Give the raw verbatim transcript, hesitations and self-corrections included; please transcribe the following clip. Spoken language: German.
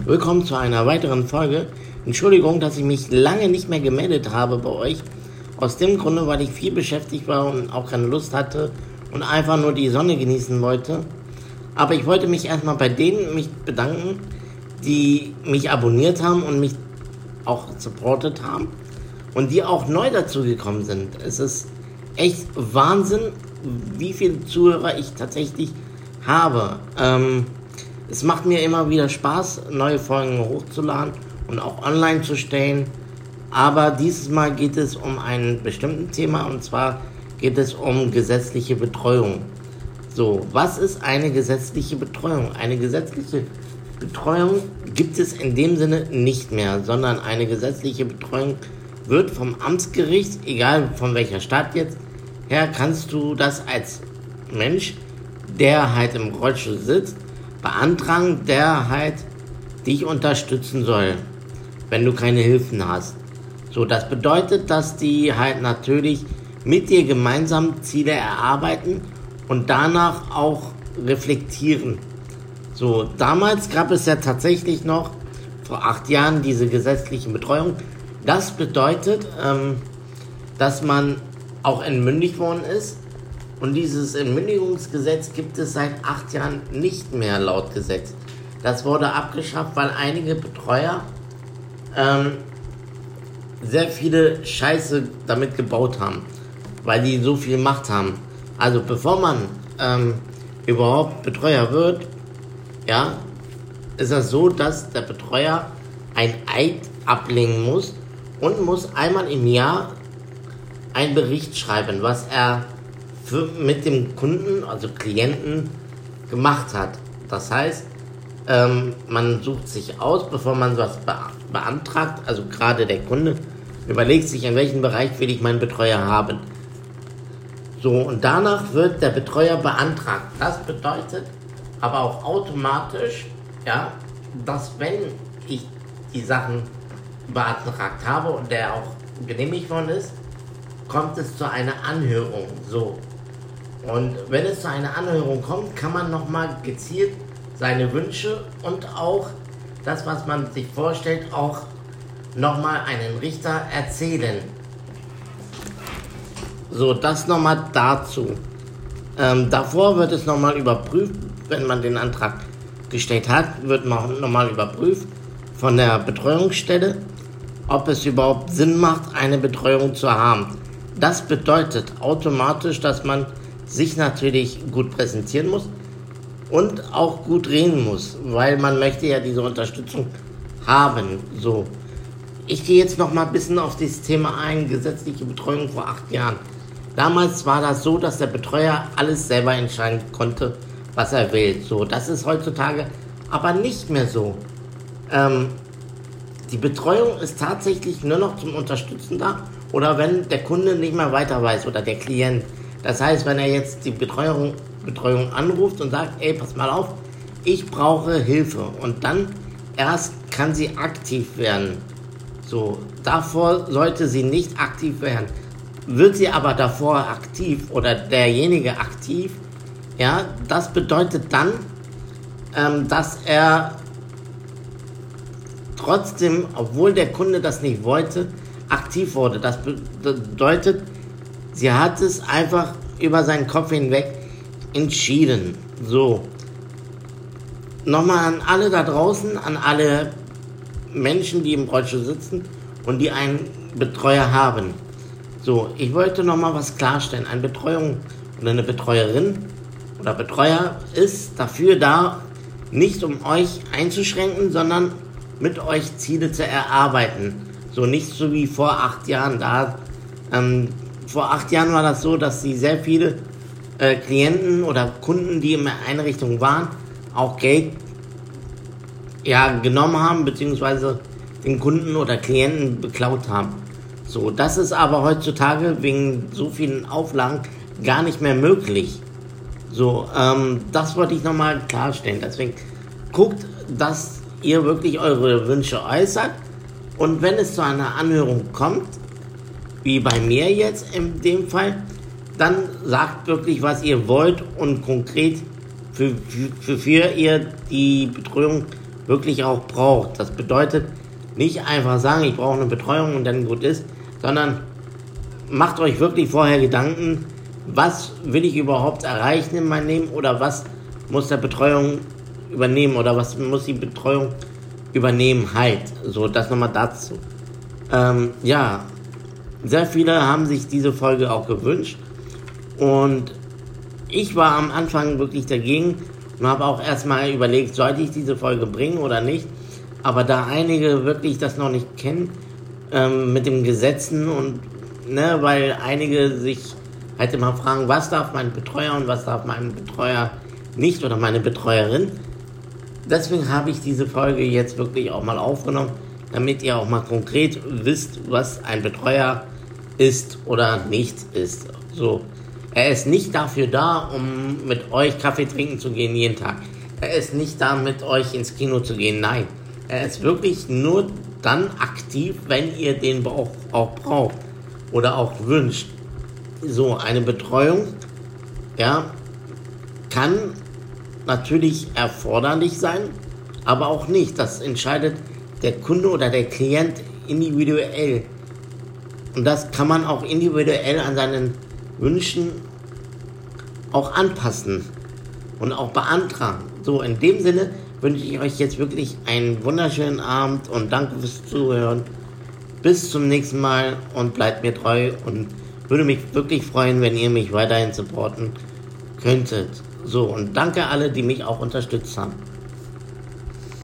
Willkommen zu einer weiteren Folge. Entschuldigung, dass ich mich lange nicht mehr gemeldet habe bei euch. Aus dem Grunde, weil ich viel beschäftigt war und auch keine Lust hatte und einfach nur die Sonne genießen wollte. Aber ich wollte mich erstmal bei denen mich bedanken, die mich abonniert haben und mich auch supportet haben und die auch neu dazu gekommen sind. Es ist echt Wahnsinn, wie viele Zuhörer ich tatsächlich habe. Ähm, es macht mir immer wieder Spaß, neue Folgen hochzuladen und auch online zu stellen. Aber dieses Mal geht es um ein bestimmtes Thema, und zwar geht es um gesetzliche Betreuung. So, was ist eine gesetzliche Betreuung? Eine gesetzliche Betreuung gibt es in dem Sinne nicht mehr, sondern eine gesetzliche Betreuung wird vom Amtsgericht, egal von welcher Stadt jetzt her, kannst du das als Mensch, der halt im Rollstuhl sitzt, beantragen, der halt dich unterstützen soll, wenn du keine Hilfen hast. So, das bedeutet, dass die halt natürlich mit dir gemeinsam Ziele erarbeiten und danach auch reflektieren. So, damals gab es ja tatsächlich noch vor acht Jahren diese gesetzliche Betreuung. Das bedeutet, ähm, dass man auch entmündigt worden ist. Und dieses Entmündigungsgesetz gibt es seit acht Jahren nicht mehr laut Gesetz. Das wurde abgeschafft, weil einige Betreuer ähm, sehr viele Scheiße damit gebaut haben, weil die so viel Macht haben. Also bevor man ähm, überhaupt Betreuer wird, ja, ist das so, dass der Betreuer ein Eid ablegen muss und muss einmal im Jahr einen Bericht schreiben, was er für, mit dem Kunden, also Klienten, gemacht hat. Das heißt, ähm, man sucht sich aus, bevor man was be- beantragt, also gerade der Kunde überlegt sich, in welchem Bereich will ich meinen Betreuer haben. So, und danach wird der Betreuer beantragt. Das bedeutet aber auch automatisch, ja, dass wenn ich die Sachen beantragt habe und der auch genehmigt worden ist, kommt es zu einer Anhörung. So. Und wenn es zu einer Anhörung kommt, kann man nochmal gezielt seine Wünsche und auch das, was man sich vorstellt, auch nochmal einen Richter erzählen. So, das nochmal dazu. Ähm, davor wird es nochmal überprüft, wenn man den Antrag gestellt hat, wird nochmal überprüft von der Betreuungsstelle, ob es überhaupt Sinn macht, eine Betreuung zu haben. Das bedeutet automatisch, dass man sich natürlich gut präsentieren muss und auch gut reden muss, weil man möchte ja diese Unterstützung haben. So, ich gehe jetzt noch mal ein bisschen auf das Thema ein, gesetzliche Betreuung vor acht Jahren. Damals war das so, dass der Betreuer alles selber entscheiden konnte, was er will. So, das ist heutzutage aber nicht mehr so. Ähm, die Betreuung ist tatsächlich nur noch zum Unterstützen da oder wenn der Kunde nicht mehr weiter weiß oder der Klient. Das heißt, wenn er jetzt die Betreuung, Betreuung anruft und sagt, ey, pass mal auf, ich brauche Hilfe, und dann erst kann sie aktiv werden. So, davor sollte sie nicht aktiv werden. Wird sie aber davor aktiv oder derjenige aktiv, ja, das bedeutet dann, ähm, dass er trotzdem, obwohl der Kunde das nicht wollte, aktiv wurde. Das bedeutet, sie hat es einfach über seinen Kopf hinweg entschieden. So. Nochmal an alle da draußen, an alle Menschen, die im Rollstuhl sitzen und die einen Betreuer haben. So, ich wollte nochmal was klarstellen. Eine Betreuung oder eine Betreuerin oder Betreuer ist dafür da, nicht um euch einzuschränken, sondern mit euch Ziele zu erarbeiten. So, nicht so wie vor acht Jahren. Da, ähm, vor acht Jahren war das so, dass sie sehr viele äh, Klienten oder Kunden, die in der Einrichtung waren, auch Geld ja, genommen haben, beziehungsweise den Kunden oder Klienten beklaut haben. So, das ist aber heutzutage wegen so vielen Auflagen gar nicht mehr möglich. So, ähm, das wollte ich nochmal klarstellen. Deswegen guckt, dass ihr wirklich eure Wünsche äußert, und wenn es zu einer Anhörung kommt, wie bei mir jetzt in dem Fall, dann sagt wirklich, was ihr wollt und konkret für, für, für ihr die Betreuung wirklich auch braucht. Das bedeutet nicht einfach sagen, ich brauche eine Betreuung und dann gut ist, sondern macht euch wirklich vorher Gedanken, was will ich überhaupt erreichen in meinem Leben oder was muss der Betreuung übernehmen oder was muss die Betreuung übernehmen halt. So, das nochmal dazu. Ähm, ja, sehr viele haben sich diese Folge auch gewünscht und ich war am Anfang wirklich dagegen und habe auch erstmal überlegt, sollte ich diese Folge bringen oder nicht. Aber da einige wirklich das noch nicht kennen, ähm, mit den Gesetzen und, ne, weil einige sich halt immer fragen, was darf mein Betreuer und was darf mein Betreuer nicht oder meine Betreuerin. Deswegen habe ich diese Folge jetzt wirklich auch mal aufgenommen, damit ihr auch mal konkret wisst, was ein Betreuer ist oder nicht ist. So. Er ist nicht dafür da, um mit euch Kaffee trinken zu gehen jeden Tag. Er ist nicht da, mit euch ins Kino zu gehen. Nein, er ist wirklich nur dann aktiv, wenn ihr den auch, auch braucht oder auch wünscht. So, eine Betreuung, ja, kann natürlich erforderlich sein, aber auch nicht. Das entscheidet der Kunde oder der Klient individuell. Und das kann man auch individuell an seinen Wünschen auch anpassen und auch beantragen. So, in dem Sinne wünsche ich euch jetzt wirklich einen wunderschönen Abend und danke fürs Zuhören. Bis zum nächsten Mal und bleibt mir treu und würde mich wirklich freuen, wenn ihr mich weiterhin supporten könntet. So, und danke alle, die mich auch unterstützt haben.